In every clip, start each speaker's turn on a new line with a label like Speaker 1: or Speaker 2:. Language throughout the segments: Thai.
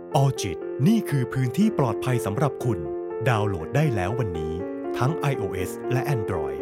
Speaker 1: ออจิตนี่คือพื้นที่ปลอดภัยสำหรับคุณดาวน์โหลดได้แล้ววันนี้ทั้ง iOS และ Android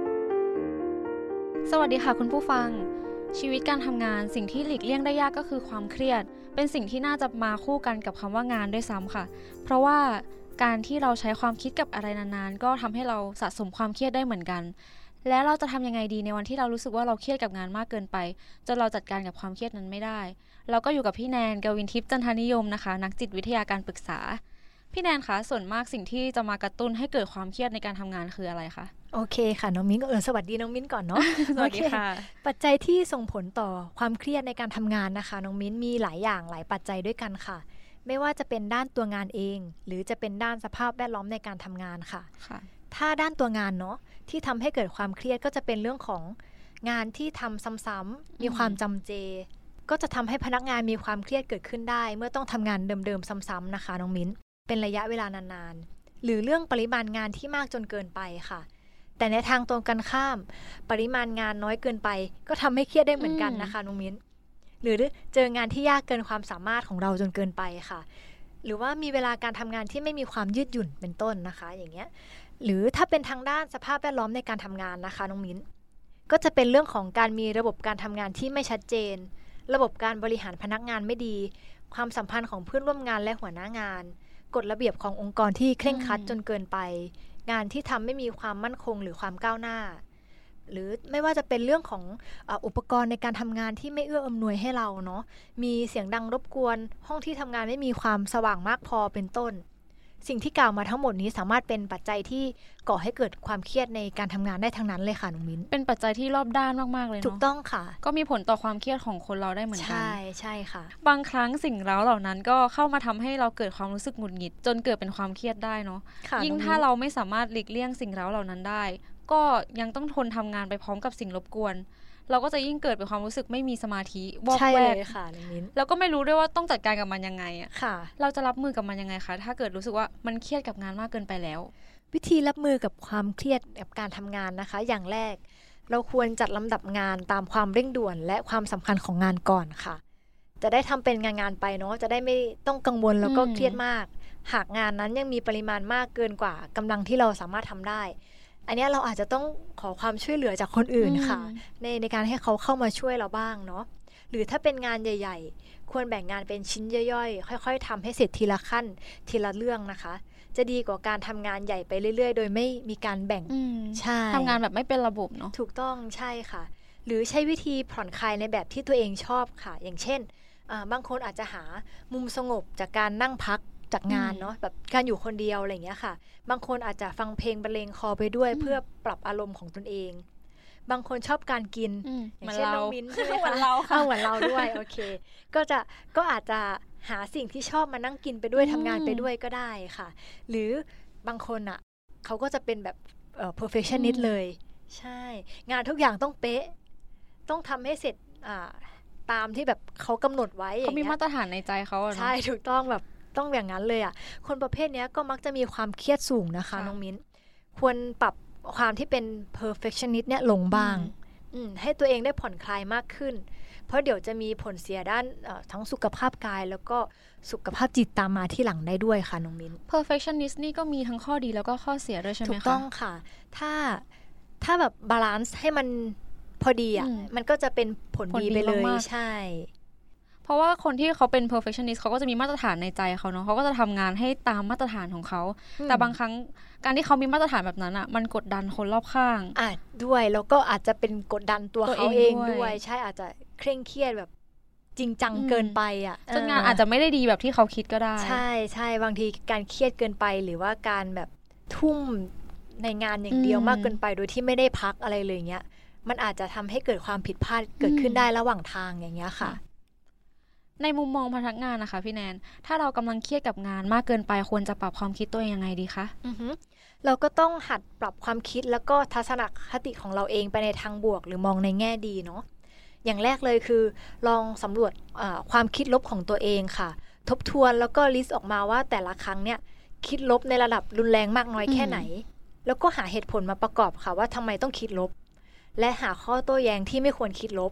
Speaker 2: สวัสดีค่ะคุณผู้ฟังชีวิตการทำงานสิ่งที่หลีกเลี่ยงได้ยากก็คือความเครียดเป็นสิ่งที่น่าจะมาคู่กันกับคำว่างานด้วยซ้ำค่ะเพราะว่าการที่เราใช้ความคิดกับอะไรนานๆก็ทำให้เราสะสมความเครียดได้เหมือนกันและเราจะทำยังไงดีในวันที่เรารู้สึกว่าเราเครียดกับงานมากเกินไปจนเราจัดการกับความเครียดนั้นไม่ได้เราก็อยู่กับพี่แนนกวินทิพย์จันทนิยมนะคะนักจิตวิทยาการปรึกษาพี่แนนคะส่วนมากสิ่งที่จะมากระตุ้นให้เกิดความเครียดในการทำงานคืออะไรคะ
Speaker 3: โอเคค่ะน้องมิ้นสวัสดีน้องมิ้นก่อนเนาะ
Speaker 2: สวัสดีค่ะ
Speaker 3: ปัจจัยที่ส่งผลต่อความเครียดในการทำงานนะคะน้องมิ้นมีหลายอย่างหลายปัจจัยด้วยกันค่ะไม่ว่าจะเป็นด้านตัวงานเองหรือจะเป็นด้านสภาพแวดล้อมในการทำงานค่ะถ้าด้านตัวงานเนาะที่ทำให้เกิดความเครียดก็จะเป็นเรื่องของงานที่ทำซ้ำๆมีความจำเจก็จะทำให้พนักงานมีความเครียดเกิดขึ้นได้เมื่อต้องทำงานเดิมๆซ้ำๆนะคะน้องมิ้นเป็นระยะเวลานานๆหรือเรื่องปริมาณงานที่มากจนเกินไปค่ะแต่ในทางตรงกันข้ามปริมาณงานน้อยเกินไปก็ทำให้เครียดได้เหมือนกันนะคะน้องมิ้นหรือเจองานที่ยากเกินความสามารถของเราจนเกินไปค่ะหรือว่ามีเวลาการทำงานที่ไม่มีความยืดหยุ่นเป็นต้นนะคะอย่างเงี้ยหรือถ้าเป็นทางด้านสภาพแวดล้อมในการทำงานนะคะน้องมิ้นก็จะเป็นเรื่องของการมีระบบการทำงานที่ไม่ชัดเจนระบบการบริหารพนักงานไม่ดีความสัมพันธ์ของเพื่อนร่วมงานและหัวหน้างานกฎระเบียบขององค์กรที่เคร่งครัดจนเกินไปงานที่ทำไม่มีความมั่นคงหรือความก้าวหน้าหรือไม่ว่าจะเป็นเรื่องของอุปกรณ์ในการทำงานที่ไม่เอื้ออำนวยให้เราเนาะมีเสียงดังรบกวนห้องที่ทำงานไม่มีความสว่างมากพอเป็นต้นสิ่งที่กล่าวมาทั้งหมดนี้สามารถเป็นปัจจัยที่ก่อให้เกิดความเครียดในการทำงานได้ทั้งนั้นเลยค่ะน้องมิ้น
Speaker 2: เป็นปัจจัยที่รอบด้านมากๆเลยเนาะ
Speaker 3: ถูกต้องค่ะ
Speaker 2: ก็มีผลต่อความเครียดของคนเราได้เหมือนกัน
Speaker 3: ใช่ค่ะ
Speaker 2: บางครั้งสิ่งเร้าเหล่านั้นก็เข้ามาทำให้เราเกิดความรู้สึกหงุดหงิดจนเกิดเป็นความเครียดได้เนาะยิ่งถ้าเราไม่สามารถหลีกเลี่ยงสิ่งเร้าเหล่านั้นได้ก็ยังต้องทนทำงานไปพร้อมกับสิ่งรบกวนเราก็จะยิ่งเกิดเป็นความรู้สึกไม่มีสมาธิวอกแวกแล้วก็ไม่รู้ด้วยว่าต้องจัดการกับมันยังไงอ่ะเราจะรับมือกับมันยังไงคะถ้าเกิดรู้สึกว่ามันเครียดกับงานมากเกินไปแล้ว
Speaker 3: วิธีรับมือกับความเครียดกับการทำงานนะคะอย่างแรกเราควรจัดลำดับงานตามความเร่งด่วนและความสำคัญของงานก่อนค่ะจะได้ทำเป็นงานไปเนาะจะได้ไม่ต้องกังวลแล้วก็เครียดมากหากงานนั้นยังมีปริมาณมากเกินกว่ากำลังที่เราสามารถทำได้อันนี้เราอาจจะต้องขอความช่วยเหลือจากคนอื่นค่ะในการให้เขาเข้ามาช่วยเราบ้างเนาะหรือถ้าเป็นงานใหญ่ๆควรแบ่งงานเป็นชิ้นย่อยๆค่อยๆทำให้เสร็จทีละขั้นทีละเรื่องนะคะจะดีกว่าการทำงานใหญ่ไปเรื่อยๆโดยไม่มีการแบ่ง
Speaker 2: ใช่ทำงานแบบไม่เป็นระบบเนาะ
Speaker 3: ถูกต้องใช่ค่ะหรือใช้วิธีผ่อนคลายในแบบที่ตัวเองชอบค่ะอย่างเช่นบางคนอาจจะหามุมสงบจากการนั่งพักจากงานเนาะแบบการอยู่คนเดียวอะไรอย่างเงี้ยค่ะบางคนอาจจะฟังเพลงบรรเลงคอไปด้วยเพื่อปรับอารมณ์ของตนเองบางคนชอบการกิน
Speaker 2: อย่างเช่นน้อง
Speaker 3: มิ้นใช่ไหมคะ
Speaker 2: เหมือนเรา
Speaker 3: เหมือนเราด้วยโอเคก็อาจจะหาสิ่งที่ชอบมานั่งกินไปด้วยทำงานไปด้วยก็ได้ค่ะหรือบางคนอ่ะเขาก็จะเป็นแบบperfectionist เลยใช่งานทุกอย่างต้องเป๊ะต้องทำให้เสร็จตามที่แบบเขากำหนดไว้
Speaker 2: เขามีมาตรฐานในใจเขา
Speaker 3: ใช่ถูกต้องแบบต้องอย่างนั้นเลยอ่ะคนประเภทนี้ก็มักจะมีความเครียดสูงนะคะน้องมิ้นควรปรับความที่เป็น perfectionist เนี่ยลงบ้างให้ตัวเองได้ผ่อนคลายมากขึ้นเพราะเดี๋ยวจะมีผลเสียด้านทั้งสุขภาพกายแล้วก็สุขภาพจิตตามมาที่หลังได้ด้วยค่ะน้องมิ้น
Speaker 2: perfectionist นี่ก็มีทั้งข้อดีแล้วก็ข้อเสียด้วยใช่ไหมคะ
Speaker 3: ถูกต้องค่ะถ้าแบบบาลานซ์ให้มันพอดีอ่ะมันก็จะเป็นผลดีไปเลยใช่
Speaker 2: เพราะว่าคนที่เขาเป็น perfectionist เขาก็จะมีมาตรฐานในใจเขาเนาะเขาก็จะทำงานให้ตามมาตรฐานของเขาแต่บางครั้งการที่เขามีมาตรฐานแบบนั้นอ่ะมันกดดันคนรอบข้าง
Speaker 3: ด้วยแล้วก็อาจจะเป็นกดดันตัวเขาเองด้วยใช่อาจจะเคร่งเครียดแบบจริงจังเกินไปอ่ะ
Speaker 2: จนงานอาจจะไม่ได้ดีแบบที่เขาคิดก็ได้
Speaker 3: ใช่บางทีการเครียดเกินไปหรือว่าการแบบทุ่มในงานอย่างเดียวมากเกินไปโดยที่ไม่ได้พักอะไรเลยเงี้ยมันอาจจะทำให้เกิดความผิดพลาดเกิดขึ้นได้ระหว่างทางอย่างเงี้ยค่ะ
Speaker 2: ในมุมมองพนักงานนะคะพี่แนนถ้าเรากำลังเครียดกับงานมากเกินไปควรจะปรับความคิดตัวเองยังไงดีคะ
Speaker 3: เราก็ต้องหัดปรับความคิดแล้วก็ทัศนคติของเราเองไปในทางบวกหรือมองในแง่ดีเนาะอย่างแรกเลยคือลองสำรวจความคิดลบของตัวเองค่ะทบทวนแล้วก็ลิสต์ออกมาว่าแต่ละครั้งเนี่ยคิดลบในระดับรุนแรงมากน้อยแค่ไหนแล้วก็หาเหตุผลมาประกอบค่ะว่าทำไมต้องคิดลบและหาข้อโต้แย้งที่ไม่ควรคิดลบ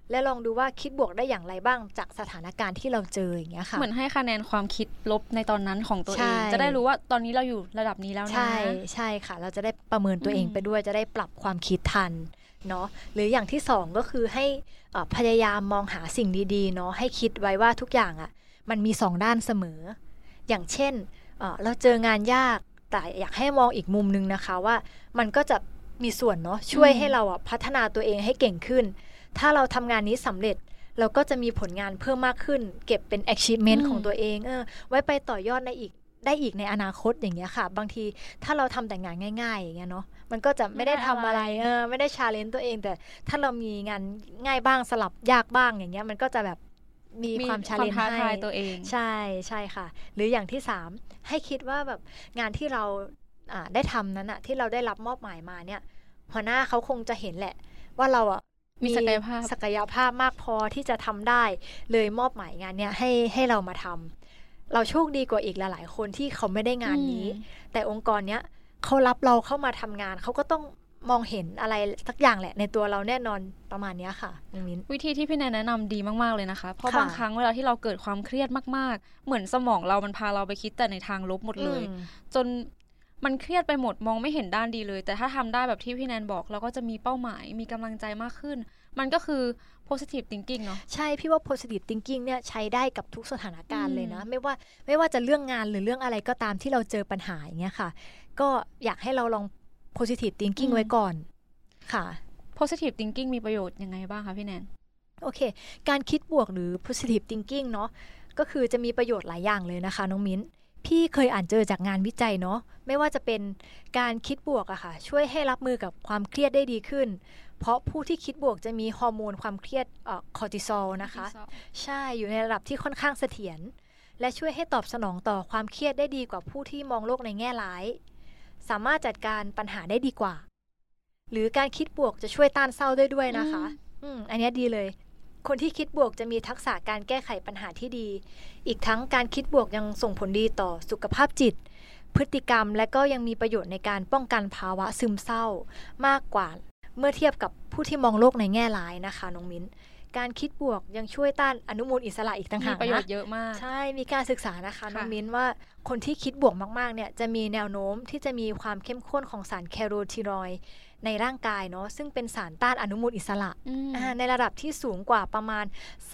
Speaker 3: และลองดูว่าคิดบวกได้อย่างไรบ้างจากสถานการณ์ที่เราเจออย่างเงี้ยค่ะ
Speaker 2: เหมือนให้คะแนนความคิดลบในตอนนั้นของตัวเองจะได้รู้ว่าตอนนี้เราอยู่ระดับนี้แล้วนะ
Speaker 3: ใช่ค่ะเราจะได้ประเมินตัวเองไปด้วยจะได้ปรับความคิดทันเนาะหรืออย่างที่2ก็คือให้พยายามมองหาสิ่งดีๆเนาะให้คิดไว้ว่าทุกอย่างอ่ะมันมี2ด้านเสมออย่างเช่นเราเจองานยากแต่อยากให้มองอีกมุมนึงนะคะว่ามันก็จะมีส่วนเนาะช่วยให้เราพัฒนาตัวเองให้เก่งขึ้นถ้าเราทำงานนี้สำเร็จเราก็จะมีผลงานเพิ่มมากขึ้นเก็บเป็น achievement ของตัวเองไว้ไปต่อยอดได้อีกในอนาคตอย่างเงี้ยค่ะบางทีถ้าเราทำแต่งานง่ายๆอย่างเงี้ยเนาะมันก็จะไม่ได้ทำอะไรไม่ได้ challenge ตัวเองแต่ถ้าเรามีงานง่ายบ้างสลับยากบ้างอย่างเงี้ยมันก็จะแบบมีความ challenge ให้
Speaker 2: ตัวเอง
Speaker 3: ใช่ค่ะหรืออย่างที่3ให้คิดว่าแบบงานที่เราได้ทำนั้นที่เราได้รับมอบหมายมาเนี่ยหัวหน้าเขาคงจะเห็นแหละว่าเรา
Speaker 2: มี
Speaker 3: ศักยภาพมากพอที่จะทำได้เลยมอบหมายงานเนี้ยให้เรามาทำเราโชคดีกว่าอีกหลายๆคนที่เขาไม่ได้งานนี้แต่องค์กรเนี้ยเขารับเราเข้ามาทำงานเขาก็ต้องมองเห็นอะไรสักอย่างแหละในตัวเราแน่นอนประมาณนี้ค่ะมิ้น
Speaker 2: วิธีที่พี่แนนแนะนำดีมากๆเลยนะคะเพราะบางครั้งเวลาที่เราเกิดความเครียดมากๆเหมือนสมองเรามันพาเราไปคิดแต่ในทางลบหมดเลยจนมันเครียดไปหมดมองไม่เห็นด้านดีเลยแต่ถ้าทำได้แบบที่พี่แนนบอกเราก็จะมีเป้าหมายมีกำลังใจมากขึ้นมันก็คือ positive thinking เนาะ
Speaker 3: ใช่พี่ว่า positive thinking เนี่ยใช้ได้กับทุกสถานการณ์เลยนะไม่ว่าจะเรื่องงานหรือเรื่องอะไรก็ตามที่เราเจอปัญหาอย่างเงี้ยค่ะก็อยากให้เราลอง positive thinking ไว้ก่อนค่ะ
Speaker 2: positive thinking มีประโยชน์ยังไงบ้างคะพี่แนน
Speaker 3: โอเคการคิดบวกหรือ positive thinking เนาะก็คือจะมีประโยชน์หลายอย่างเลยนะคะน้องมิ้นพี่เคยอ่านเจอจากงานวิจัยเนาะไม่ว่าจะเป็นการคิดบวกอะค่ะช่วยให้รับมือกับความเครียดได้ดีขึ้นเพราะผู้ที่คิดบวกจะมีฮอร์โมนความเครียดคอร์ติซอลนะคะใช่อยู่ในระดับที่ค่อนข้างเสถียรและช่วยให้ตอบสนองต่อความเครียดได้ดีกว่าผู้ที่มองโลกในแง่ร้ายสามารถจัดการปัญหาได้ดีกว่าหรือการคิดบวกจะช่วยต้านเศร้าได้ด้วยนะคะอันนี้ดีเลยคนที่คิดบวกจะมีทักษะการแก้ไขปัญหาที่ดีอีกทั้งการคิดบวกยังส่งผลดีต่อสุขภาพจิตพฤติกรรมและก็ยังมีประโยชน์ในการป้องกันภาวะซึมเศร้ามากกว่าเมื่อเทียบกับผู้ที่มองโลกในแง่ร้ายนะคะน้องมิ้นการคิดบวกยังช่วยต้านอนุมูลอิสระอีกต่างหาก
Speaker 2: มีประโยชน์เยอะมาก
Speaker 3: ใช่มีการศึกษานะคะน้องมิ้นว่าคนที่คิดบวกมากๆเนี่ยจะมีแนวโน้มที่จะมีความเข้มข้นของสารแคโรทีนอยด์ในร่างกายเนาะซึ่งเป็นสารต้านอนุมูลอิสระในระดับที่สูงกว่าประมาณ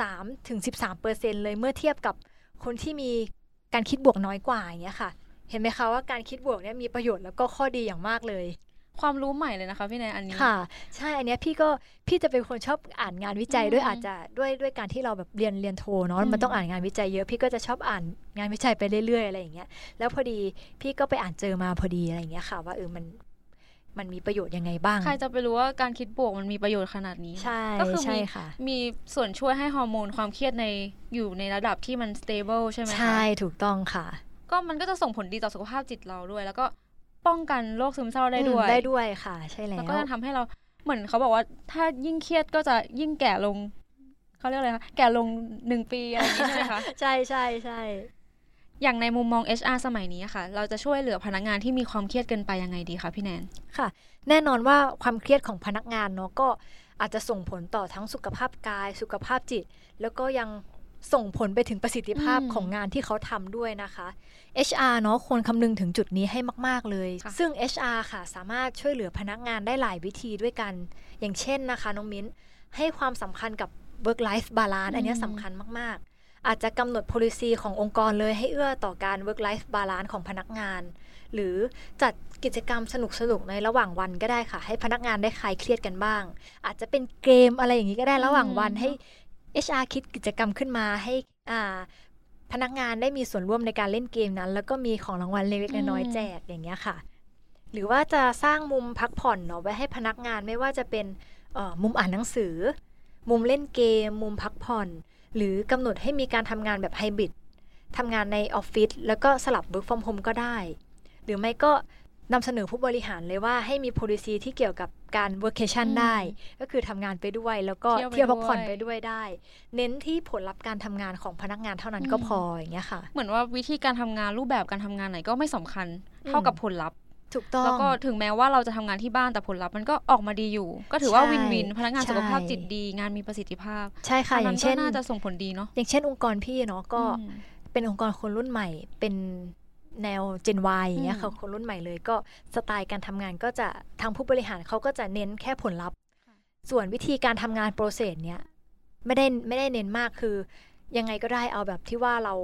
Speaker 3: 3-13% เลยเมื่อเทียบกับคนที่มีการคิดบวกน้อยกว่าอย่างเงี้ยค่ะเห็นไหมคะว่าการคิดบวกเนี่ยมีประโยชน์แล้วก็ข้อดีอย่างมากเลย
Speaker 2: ความรู้ใหม่เลยนะคะพี่แนนอันนี้
Speaker 3: ค่ะใช่อันนี้พี่จะเป็นคนชอบอ่านงานวิจัยด้วยอาจจะด้วยการที่เราแบบเรียนโทเนาะมันต้องอ่านงานวิจัยเยอะพี่ก็จะชอบอ่านงานวิจัยไปเรื่อยๆอะไรอย่างเงี้ยแล้วพอดีพี่ก็ไปอ่านเจอมาพอดีอะไรอย่างเงี้ยค่ะว่ามันมีประโยชน์ยังไงบ้าง
Speaker 2: ใครจะไปรู้ว่าการคิดบวกมันมีประโยชน์ขนาดนี้ก็คือมีส่วนช่วยให้ฮอร์โมนความเครียดอยู่ในระดับที่มัน stable ใช่ไหมคะ
Speaker 3: ใช่ถูกต้องค่ะ
Speaker 2: ก็มันก็จะส่งผลดีต่อสุขภาพจิตเราด้วยแล้วก็ป้องกันโรคซึมเศร้าได้
Speaker 3: ด้วยค่ะใช่แล้ว
Speaker 2: ก็จะทำให้เราเหมือนเขาบอกว่าถ้ายิ่งเครียดก็จะยิ่งแก่ลงเขาเรียกอะไรคะแก่ลง1 ปีอะไรอย่างนี้ใช่ไหมคะ
Speaker 3: ใช่ใช่ใช่
Speaker 2: อย่างในมุมมอง HR สมัยนี้ค่ะเราจะช่วยเหลือพนักงานที่มีความเครียดเกินไปยังไงดีคะพี่แนน
Speaker 3: ค่ะแน่นอนว่าความเครียดของพนักงานเนาะก็อาจจะส่งผลต่อทั้งสุขภาพกายสุขภาพจิตแล้วก็ยังส่งผลไปถึงประสิทธิภาพของงานที่เขาทำด้วยนะคะ HR เนาะควรคำนึงถึงจุดนี้ให้มากๆเลยซึ่ง HR ค่ะสามารถช่วยเหลือพนักงานได้หลายวิธีด้วยกันอย่างเช่นนะคะน้องมิ้นให้ความสำคัญกับ work life balance อันนี้สำคัญมากๆอาจจะกำหนด policy ขององค์กรเลยให้เอื้อต่อการ work life balance ของพนักงานหรือจัดกิจกรรมสนุกๆในระหว่างวันก็ได้ค่ะให้พนักงานได้คลายเครียดกันบ้างอาจจะเป็นเกมอะไรอย่างนี้ก็ได้ระหว่างวันให้ HR คิดกิจกรรมขึ้นมาให้พนักงานได้มีส่วนร่วมในการเล่นเกมนั้นแล้วก็มีของรางวัลเล็กๆน้อยๆแจกอย่างเงี้ยค่ะหรือว่าจะสร้างมุมพักผ่อนเนาะไว้ให้พนักงานไม่ว่าจะเป็นมุมอ่านหนังสือมุมเล่นเกมมุมพักผ่อนหรือกำหนดให้มีการทำงานแบบไฮบริดทำงานในออฟฟิศแล้วก็สลับ work from home ก็ได้หรือไม่ก็นำเสนอผู้บริหารเลยว่าให้มี policy ที่เกี่ยวกับการ workation ได้ก็คือทำงานไปด้วยแล้วก็เที่ยวพักผ่อนไปด้วยได้เน้นที่ผลลัพธ์การทำงานของพนักงานเท่านั้นก็พออย่างเงี้ยค่ะ
Speaker 2: เหมือนว่าวิธีการทำงานรูปแบบการทำงานไหนก็ไม่สำคัญเท่ากับผลลัพธ์
Speaker 3: ถูกต้อง
Speaker 2: แล้วก็ถึงแม้ว่าเราจะทำงานที่บ้านแต่ผลลัพธ์มันก็ออกมาดีอยู่ก็ถือว่าวินวินพนักงานสุขภาพจิตดีงานมีประสิทธิภาพ
Speaker 3: ใช่ค่ะอย่างเช่น
Speaker 2: น่าจะส่งผลดีเนาะ
Speaker 3: อย่างเช่นองค์กรพี่เนาะก็เป็นองค์กรคนรุ่นใหม่เป็นแนว Gen Y อย่างเงี้ยค่ะคนรุ่นใหม่เลยก็สไตล์การทำงานก็จะทางผู้บริหารเขาก็จะเน้นแค่ผลลัพธ์ส่วนวิธีการทำงานโปรเซสเนี้ยไม่ได้เน้นมากคือยังไงก็ได้เอาแบบที่ว่าเรา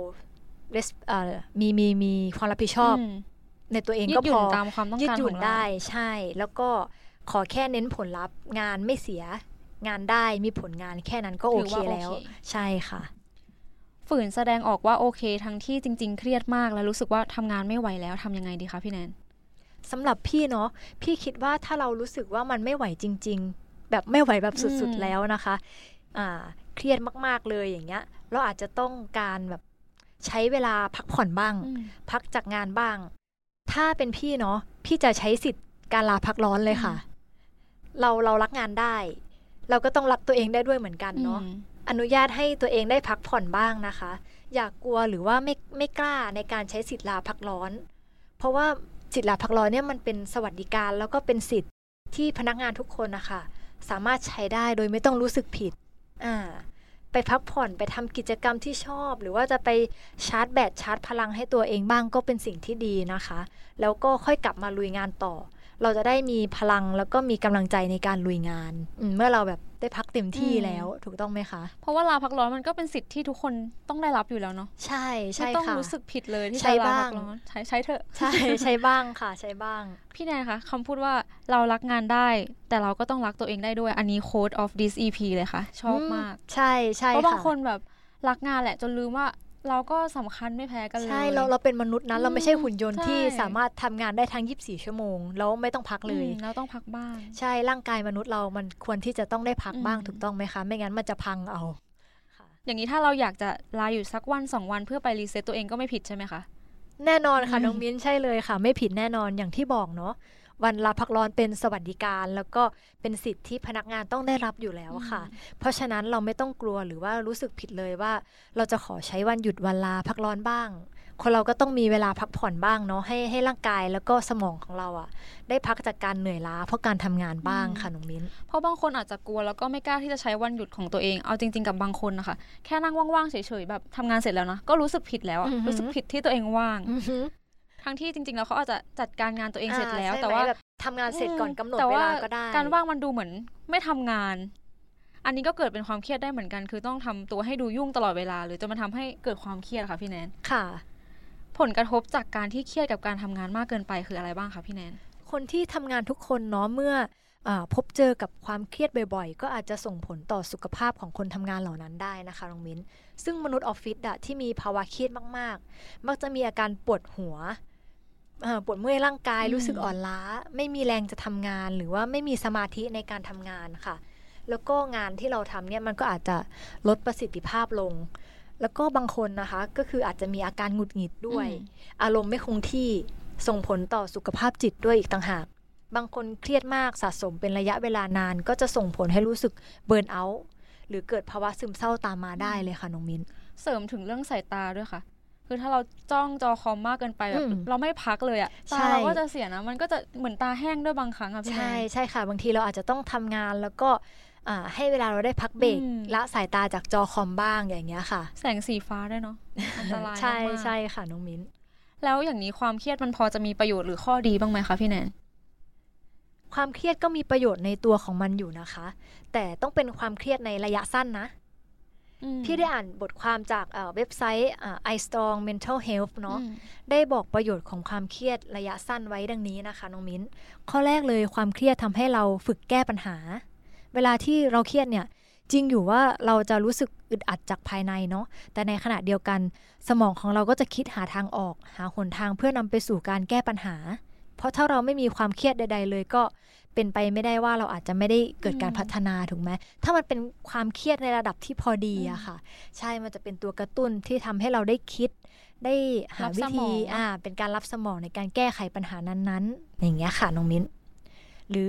Speaker 3: มีความรับผิดชอบในตัวเองก็พอยืดหยุ่นได้ใช่แล้วก็ขอแค่เน้นผลลัพธ์งานไม่เสียงานได้มีผลงานแค่นั้นก็โอเคแล้วใช่ค่ะ
Speaker 2: ฝืนแสดงออกว่าโอเคทั้งที่จริงๆเครียดมากแล้วรู้สึกว่าทำงานไม่ไหวแล้วทำยังไงดีคะพี่แนน
Speaker 3: สำหรับพี่เนาะพี่คิดว่าถ้าเรารู้สึกว่ามันไม่ไหวจริงๆแบบไม่ไหวแบบสุดๆแล้วนะคะเครียดมากๆเลยอย่างเงี้ยเราอาจจะต้องการแบบใช้เวลาพักผ่อนบ้างพักจากงานบ้างถ้าเป็นพี่เนาะพี่จะใช้สิทธิ์การลาพักร้อนเลยค่ะเรารักงานได้เราก็ต้องรักตัวเองได้ด้วยเหมือนกันเนาะอนุญาตให้ตัวเองได้พักผ่อนบ้างนะคะอย่ากกลัวหรือว่าไม่กล้าในการใช้สิทธิ์ลาพักร้อนเพราะว่าสิทธิ์ลาพักร้อนเนี่ยมันเป็นสวัสดิการแล้วก็เป็นสิทธิ์ที่พนักงานทุกคนนะคะสามารถใช้ได้โดยไม่ต้องรู้สึกผิดไปพักผ่อนไปทำกิจกรรมที่ชอบหรือว่าจะไปชาร์จแบตชาร์จพลังให้ตัวเองบ้างก็เป็นสิ่งที่ดีนะคะแล้วก็ค่อยกลับมาลุยงานต่อเราจะได้มีพลังแล้วก็มีกำลังใจในการลุยงานเมื่อเราแบบได้พักเต็มที่แล้วถูกต้องไหมคะ
Speaker 2: เพราะว่าลาพักร้อนมันก็เป็นสิทธิ์ที่ทุกคนต้องได้รับอยู่แล้วเนาะ
Speaker 3: ใช่ใช่ค่ะ
Speaker 2: ไม่ต้องรู้สึกผิดเลยที่จะลาพักร้อนใช้เถอะ
Speaker 3: ใช้บ้างค่ะใช้บ้าง
Speaker 2: พี่แนนคะคำพูดว่าเรารักงานได้แต่เราก็ต้องรักตัวเองได้ด้วยอันนี้ quote of this EP เลยค่ะชอบมาก
Speaker 3: ใช่ใช่
Speaker 2: เพราะบางคนแบบรักงานแหละจนลืมว่าเราก็สำคัญไม่แพ้กันเลย
Speaker 3: ใช่เราเป็นมนุษย์นะเราไม่ใช่หุ่นยนต์ที่สามารถทำงานได้ทั้ง24ชั่วโมงแล้วไม่ต้องพักเลย
Speaker 2: เราต้องพักบ้าง
Speaker 3: ใช่ร่างกายมนุษย์เรามันควรที่จะต้องได้พักบ้างถูกต้องไหมคะไม่งั้นมันจะพังเอา
Speaker 2: อย่างนี้ถ้าเราอยากจะลาอยู่สักวัน2วันเพื่อไปรีเซ็ตตัวเองก็ไม่ผิดใช่ไหมคะ
Speaker 3: แน่นอนค่ะน้องมิ้นใช่เลยค่ะไม่ผิดแน่นอนอย่างที่บอกเนาะวันลาพักร้อนเป็นสวัสดิการแล้วก็เป็นสิทธิ์ที่พนักงานต้องได้รับอยู่แล้วค่ะเพราะฉะนั้นเราไม่ต้องกลัวหรือว่ารู้สึกผิดเลยว่าเราจะขอใช้วันหยุดวันลาพักร้อนบ้างคนเราก็ต้องมีเวลาพักผ่อนบ้างเนาะให้ร่างกายแล้วก็สมองของเราได้พักจากการเหนื่อยล้าเพราะการทำงานบ้างค่ะน้องมิ้น
Speaker 2: เพราะบางคนอาจจะกลัวแล้วก็ไม่กล้าที่จะใช้วันหยุดของตัวเองเอาจริงๆกับบางคนนะคะแค่นั่งว่างๆเฉยๆแบบทำงานเสร็จแล้วนะก็รู้สึกผิดแล้วรู้สึกผิดที่ตัวเองว่างทั้งที่จริงๆแล้วเขาอาจจะจัดการงานตัวเองเสร็จแล้วแต่ว่า
Speaker 3: ทำงานเสร็จก่อนกำหนดเวลาก็ได้
Speaker 2: การว่างมันดูเหมือนไม่ทำงานอันนี้ก็เกิดเป็นความเครียดได้เหมือนกันคือต้องทำตัวให้ดูยุ่งตลอดเวลาหรือจะมาทำให้เกิดความเครียดค่ะพี่แนน
Speaker 3: ค่ะ
Speaker 2: ผลกระทบจากการที่เครียดกับการทำงานมากเกินไปคืออะไรบ้างคะพี่แนน
Speaker 3: คนที่ทำงานทุกคนเนาะเมื่อพบเจอกับความเครียดบ่อยๆก็อาจจะส่งผลต่อสุขภาพของคนทำงานเหล่านั้นได้นะคะน้องมิ้นซึ่งมนุษย์ออฟฟิศที่มีภาวะเครียดมากๆมักจะมีอาการปวดหัวปวดเมื่อยร่างกายรู้สึกอ่อนล้าไม่มีแรงจะทำงานหรือว่าไม่มีสมาธิในการทำงานค่ะแล้วก็งานที่เราทำเนี่ยมันก็อาจจะลดประสิทธิภาพลงแล้วก็บางคนนะคะก็คืออาจจะมีอาการหงุดหงิดด้วยอารมณ์ไม่คงที่ส่งผลต่อสุขภาพจิตด้วยอีกต่างหากบางคนเครียดมากสะสมเป็นระยะเวลานานก็จะส่งผลให้รู้สึกเบิร์นเอาท์หรือเกิดภาวะซึมเศร้าตามมาได้เลยค่ะน้องมิ้น
Speaker 2: เสริมถึงเรื่องสายตาด้วยค่ะคือถ้าเราจ้องจอคอมมากเกินไปแบบเราไม่พักเลยอะตาเราก็จะเสียนะมันก็จะเหมือนตาแห้งด้วยบางครั้งอะพี่
Speaker 3: ใช่ค่ะบางทีเราอาจจะต้องทำงานแล้วก็ให้เวลาเราได้พักเบรกละสายตาจากจอคอมบ้างอย่างเงี้ยค่ะ
Speaker 2: แสงสีฟ้าด้วยเนาะอันตรายมาก
Speaker 3: ใช่ค่ะน้องมิ้น
Speaker 2: แล้วอย่างนี้ความเครียดมันพอจะมีประโยชน์หรือข้อดีบ้างไหมคะพี่แนน
Speaker 3: ความเครียดก็มีประโยชน์ในตัวของมันอยู่นะคะแต่ต้องเป็นความเครียดในระยะสั้นนะพี่ได้อ่านบทความจากเว็บไซต์iStrong Mental Health เนาะได้บอกประโยชน์ของความเครียดระยะสั้นไว้ดังนี้นะคะน้องมิ้นข้อแรกเลยความเครียดทำให้เราฝึกแก้ปัญหาเวลาที่เราเครียดเนี่ยจริงอยู่ว่าเราจะรู้สึกอึดอัดจากภายในเนาะแต่ในขณะเดียวกันสมองของเราก็จะคิดหาทางออกหาหนทางเพื่อนำไปสู่การแก้ปัญหาเพราะถ้าเราไม่มีความเครียดใดๆเลยก็เป็นไปไม่ได้ว่าเราอาจจะไม่ได้เกิดการพัฒนาถูกไหมถ้ามันเป็นความเครียดในระดับที่พอดีอะค่ะใช่มันจะเป็นตัวกระตุ้นที่ทำให้เราได้คิดได้หาวิธีเป็นการรับสมองในการแก้ไขปัญหานั้นๆอย่างเงี้ยค่ะน้องมิ้นหรือ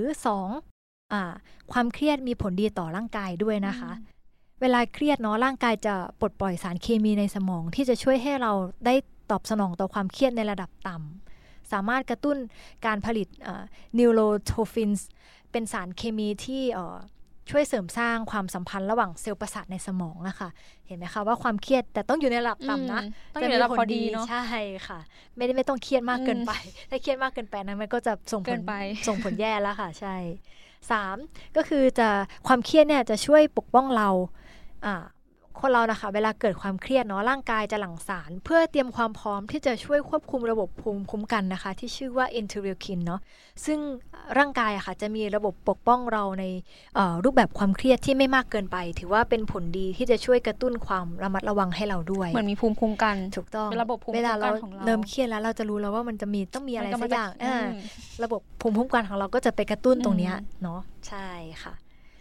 Speaker 3: 2ความเครียดมีผลดีต่อร่างกายด้วยนะคะเวลาเครียดเนาะร่างกายจะปลดปล่อยสารเคมีในสมองที่จะช่วยให้เราได้ตอบสนองต่อความเครียดในระดับต่ำสามารถกระตุ้นการผลิตนิวโรโทฟินส์เป็นสารเคมีที่ช่วยเสริมสร้างความสัมพันธ์ระหว่างเซลล์ประสาทในสมองนะคะเห็นไหมคะว่าความเครียดแต่ต้องอยู่ในระดับต่ำนะ
Speaker 2: ต้องอยู่ในระดับพอดีเนาะ
Speaker 3: ใช่ค่ะไม่ต้องเครียดมากเกินไปถ้าเครียดมากเกินไปนั้นมันก็จะส่งผลแย่แล้วค่ะใช่3ก็คือจะความเครียดเนี่ยจะช่วยปกป้องเราคนเรานะคะเวลาเกิดความเครียดเนาะร่างกายจะหลั่งสารเพื่อเตรียมความพร้อมที่จะช่วยควบคุมระบบภูมิคุ้มกันนะคะที่ชื่อว่าอินเทอร์ลิวคินเนาะซึ่งร่างกายอะค่ะจะมีระบบปกป้องเราในรูปแบบความเครียดที่ไม่มากเกินไปถือว่าเป็นผลดีที่จะช่วยกระตุ้นความระมัดระวังให้เราด้วย
Speaker 2: เหมือนมีภูมิคุ้มกัน
Speaker 3: ถูกต้อง
Speaker 2: เป็นระบบภูมิคุ้มกันของเรา
Speaker 3: เริ่มเครียดแล้วเราจะรู้แล้วว่ามันจะมีต้องมีอะไรสักอย่างระบบภูมิคุ้มกันของเราก็จะไปกระตุ้นตรงนี้เนาะใช่ค่ะ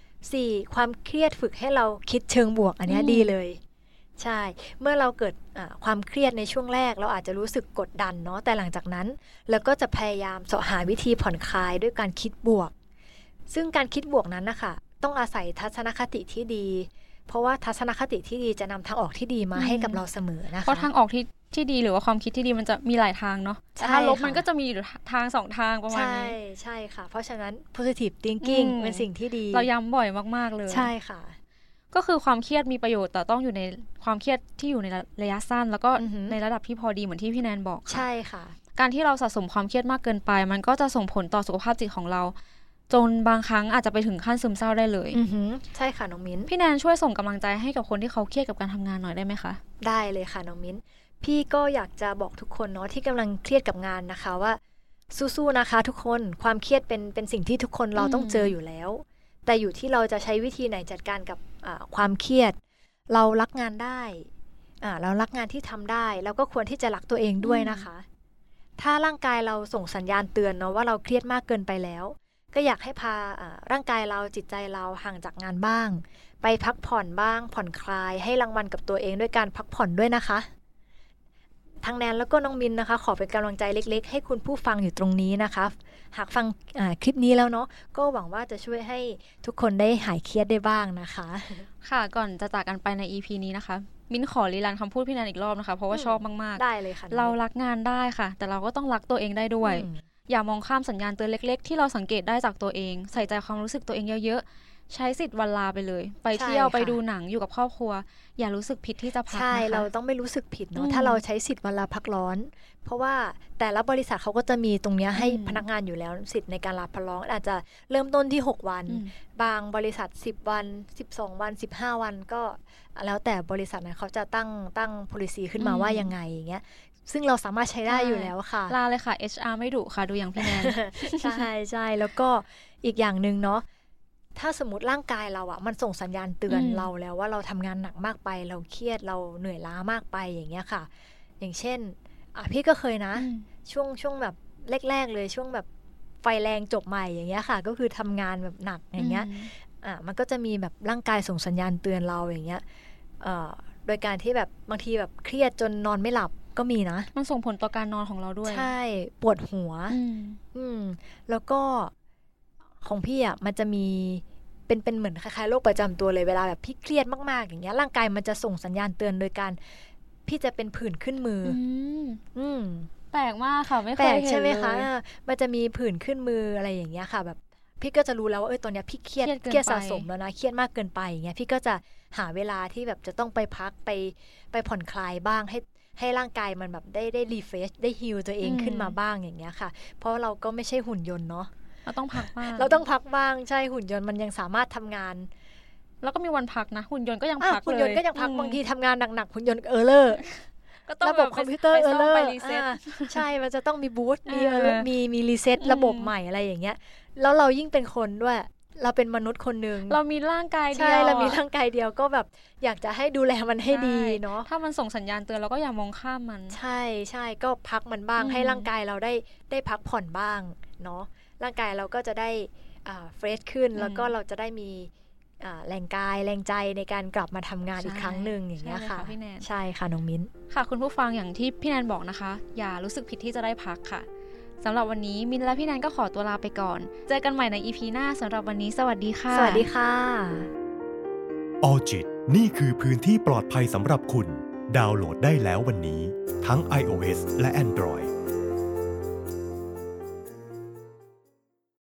Speaker 3: 4ความเครียดฝึกให้เราคิดเชิงบวกอันนี้ดีเลยใช่เมื่อเราเกิดความเครียดในช่วงแรกเราอาจจะรู้สึกกดดันเนาะแต่หลังจากนั้นเราก็จะพยายามเสาะหาวิธีผ่อนคลายด้วยการคิดบวกซึ่งการคิดบวกนั้นนะคะต้องอาศัยทัศนคติที่ดีเพราะว่าทัศนคติที่ดีจะนำทางออกที่ดีมาให้กับเราเสมอนะคะ
Speaker 2: เพราะทางออกที่ดีหรือว่าความคิดที่ดีมันจะมีหลายทางเนาะแต่ถ้าลบมันก็จะมีอยู่ทาง2ทางประมาณนี้
Speaker 3: ใช่ค่ะเพราะฉะนั้น positive thinking เป็นสิ่งที่ดี
Speaker 2: เราย้ำบ่อยมากๆเลย
Speaker 3: ใช่ค่ะ
Speaker 2: ก็คือความเครียดมีประโยชน์แต่ต้องอยู่ในความเครียดที่อยู่ในระยะสั้นแล้วก็ในระดับที่พอดีเหมือนที่พี่แนนบอก
Speaker 3: ใช่ค่ะ
Speaker 2: การที่เราสะสมความเครียดมากเกินไปมันก็จะส่งผลต่อสุขภาพจิตของเราจนบางครั้งอาจจะไปถึงขั้นซึมเศร้าได้เลย
Speaker 3: ใช่ค่ะน้องมิ้น
Speaker 2: พี่แนนช่วยส่งกำลังใจให้กับคนที่เขาเครียดกับการทำงานหน่อยได้ไหมคะ
Speaker 3: ได้เลยค่ะน้องมิ้นพี่ก็อยากจะบอกทุกคนเนาะที่กำลังเครียดกับงานนะคะว่าสู้ๆนะคะทุกคนความเครียดเป็นสิ่งที่ทุกคนเราต้องเจออยู่แล้วแต่อยู่ที่เราจะใช้วิธีไหนจัดการกับความเครียดเรารักงานได้เรารักงานที่ทำได้แล้วก็ควรที่จะรักตัวเองด้วยนะคะถ้าร่างกายเราส่งสัญญาณเตือนเนาะว่าเราเครียดมากเกินไปแล้วก็อยากให้พาร่างกายเราจิตใจเราห่างจากงานบ้างไปพักผ่อนบ้างผ่อนคลายให้รางวัลกับตัวเองด้วยการพักผ่อนด้วยนะคะทางแนนแล้วก็น้องมินนะคะขอเป็นกำลังใจเล็กๆให้คุณผู้ฟังอยู่ตรงนี้นะคะหากฟังคลิปนี้แล้วเนาะก็หวังว่าจะช่วยให้ทุกคนได้หายเครียดได้บ้างนะคะ
Speaker 2: ค่ะก่อนจะจากกันไปใน EP นี้นะคะมินขอรีรันคำพูดพี่แนนอีกรอบนะคะเพราะว่าชอบมาก
Speaker 3: ๆได้เลยค่ะ
Speaker 2: เรารักงานได้ค่ะแต่เราก็ต้องรักตัวเองได้ด้วยอย่ามองข้ามสัญญาณเตือนเล็กๆที่เราสังเกตได้จากตัวเองใส่ใจความรู้สึกตัวเองเยอะๆใช้สิทธิ์วันลาไปเลยไปเที่ยวไปดูหนังอยู่กับครอบครัวอย่ารู้สึกผิดที่จะพักนะคะ
Speaker 3: ใช่เราต้องไม่รู้สึกผิดเนาะถ้าเราใช้สิทธิ์วันลาพักร้อนเพราะว่าแต่ละบริษัทเขาก็จะมีตรงนี้ให้พนักงานอยู่แล้วสิทธิ์ในการลาพักร้อนอาจจะเริ่มต้นที่6วันบางบริษัท10วัน12วัน15วันก็แล้วแต่บริษัทนั้นเขาจะตั้ง policy ขึ้นมาว่ายังไงอย่างเงี้ยซึ่งเราสามารถใช้ได้อยู่แล้วค่ะ
Speaker 2: ลาเลยค่ะ HR ไม่ดุค่ะดูอย่างพี่แนน
Speaker 3: ใช่แล้วก็อีกอย่างนึงเนาะถ้าสมมติร่างกายเราอะมันส่งสัญญาณเตือนเราแล้วว่าเราทำงานหนักมากไปเราเครียดเราเหนื่อยล้ามากไปอย่างเงี้ยค่ะอย่างเช่นพี่ก็เคยนะช่วงแบบแรกๆเลยช่วงแบบไฟแรงจบใหม่อย่างเงี้ยค่ะก็คือทำงานแบบหนักอย่างเงี้ยมันก็จะมีแบบร่างกายส่งสัญญาณเตือนเราอย่างเงี้ยโดยการที่แบบบางทีแบบเครียดจนนอนไม่หลับก็มีนะ
Speaker 2: มันส่งผลต่อการนอนของเราด้วย
Speaker 3: ใช่ปวดหัวแล้วก็ของพี่อ่ะมันจะมีเป็นเหมือนคล้ายๆโรคประจำตัวเลยเวลาแบบพี่เครียดมากๆอย่างเงี้ยร่างกายมันจะส่งสัญญาณเตือนโดยการพี่จะเป็นผื่นขึ้นมือ
Speaker 2: แปลกมากค่ะไม่เคยเห็นเลย
Speaker 3: ใช่ไหมคะมันจะมีผื่นขึ้นมืออะไรอย่างเงี้ยค่ะแบบพี่ก็จะรู้แล้วว่าตอนนี้พี่เครียดสะสมแล้วนะเครียดมากเกินไปอย่างเงี้ยพี่ก็จะหาเวลาที่แบบจะต้องไปพักไปผ่อนคลายบ้างให้ร่างกายมันแบบได้รีเฟรชได้ฮีลตัวเองขึ้นมาบ้างอย่างเงี้ยค่ะเพราะเราก็ไม่ใช่หุ่นยนต์เนาะ
Speaker 2: เราต้องพักบ้าง
Speaker 3: ใช่หุ่นยนต์มันยังสามารถทำงาน
Speaker 2: แล้วก็มีวันพักนะหุ่นยนต์ก็ยังพักเลย
Speaker 3: หุ่นยนต์ก็ยังพักบางทีทำงานหนักๆหุ่นยนต์เลอร์ระบบคอมพิวเตอร์เลอร์ใช่มันจะต้องมีบูตมีรีเซ็ตระบบใหม่อะไรอย่างเงี้ยแล้วเรายิ่งเป็นคนด้วยเราเป็นมนุษย์คนนึง
Speaker 2: เรามีร่างกายเดียว
Speaker 3: ใช่เรามีร่างกายเดียวก็แบบอยากจะให้ดูแลมันให้ดีเนาะ
Speaker 2: ถ้ามันส่งสัญญาณเตือนเราก็อย่ามองข้ามมัน
Speaker 3: ใช่ก็พักมันบ้างให้ร่างกายเราได้พักผ่อนบ้างเนาะร่างกายเราก็จะได้เฟรชขึ้นแล้วก็เราจะได้มีแรงกายแรงใจในการกลับมาทำงานอีกครั้งหนึ่งอย่างเงี้ยค่ะใช่ค่ะน้องมิ้น
Speaker 2: ค่ะคุณผู้ฟังอย่างที่พี่แนนบอกนะคะอย่ารู้สึกผิดที่จะได้พักค่ะสำหรับวันนี้มินและพี่แนนก็ขอตัวลาไปก่อนเจอกันใหม่ใน EP หน้าสำหรับวันนี้สวัสดีค่ะ
Speaker 3: สวัสดีค่ะ
Speaker 1: Allgit นี่คือพื้นที่ปลอดภัยสำหรับคุณดาวน์โหลดได้แล้ววันนี้ทั้ง iOS และ Android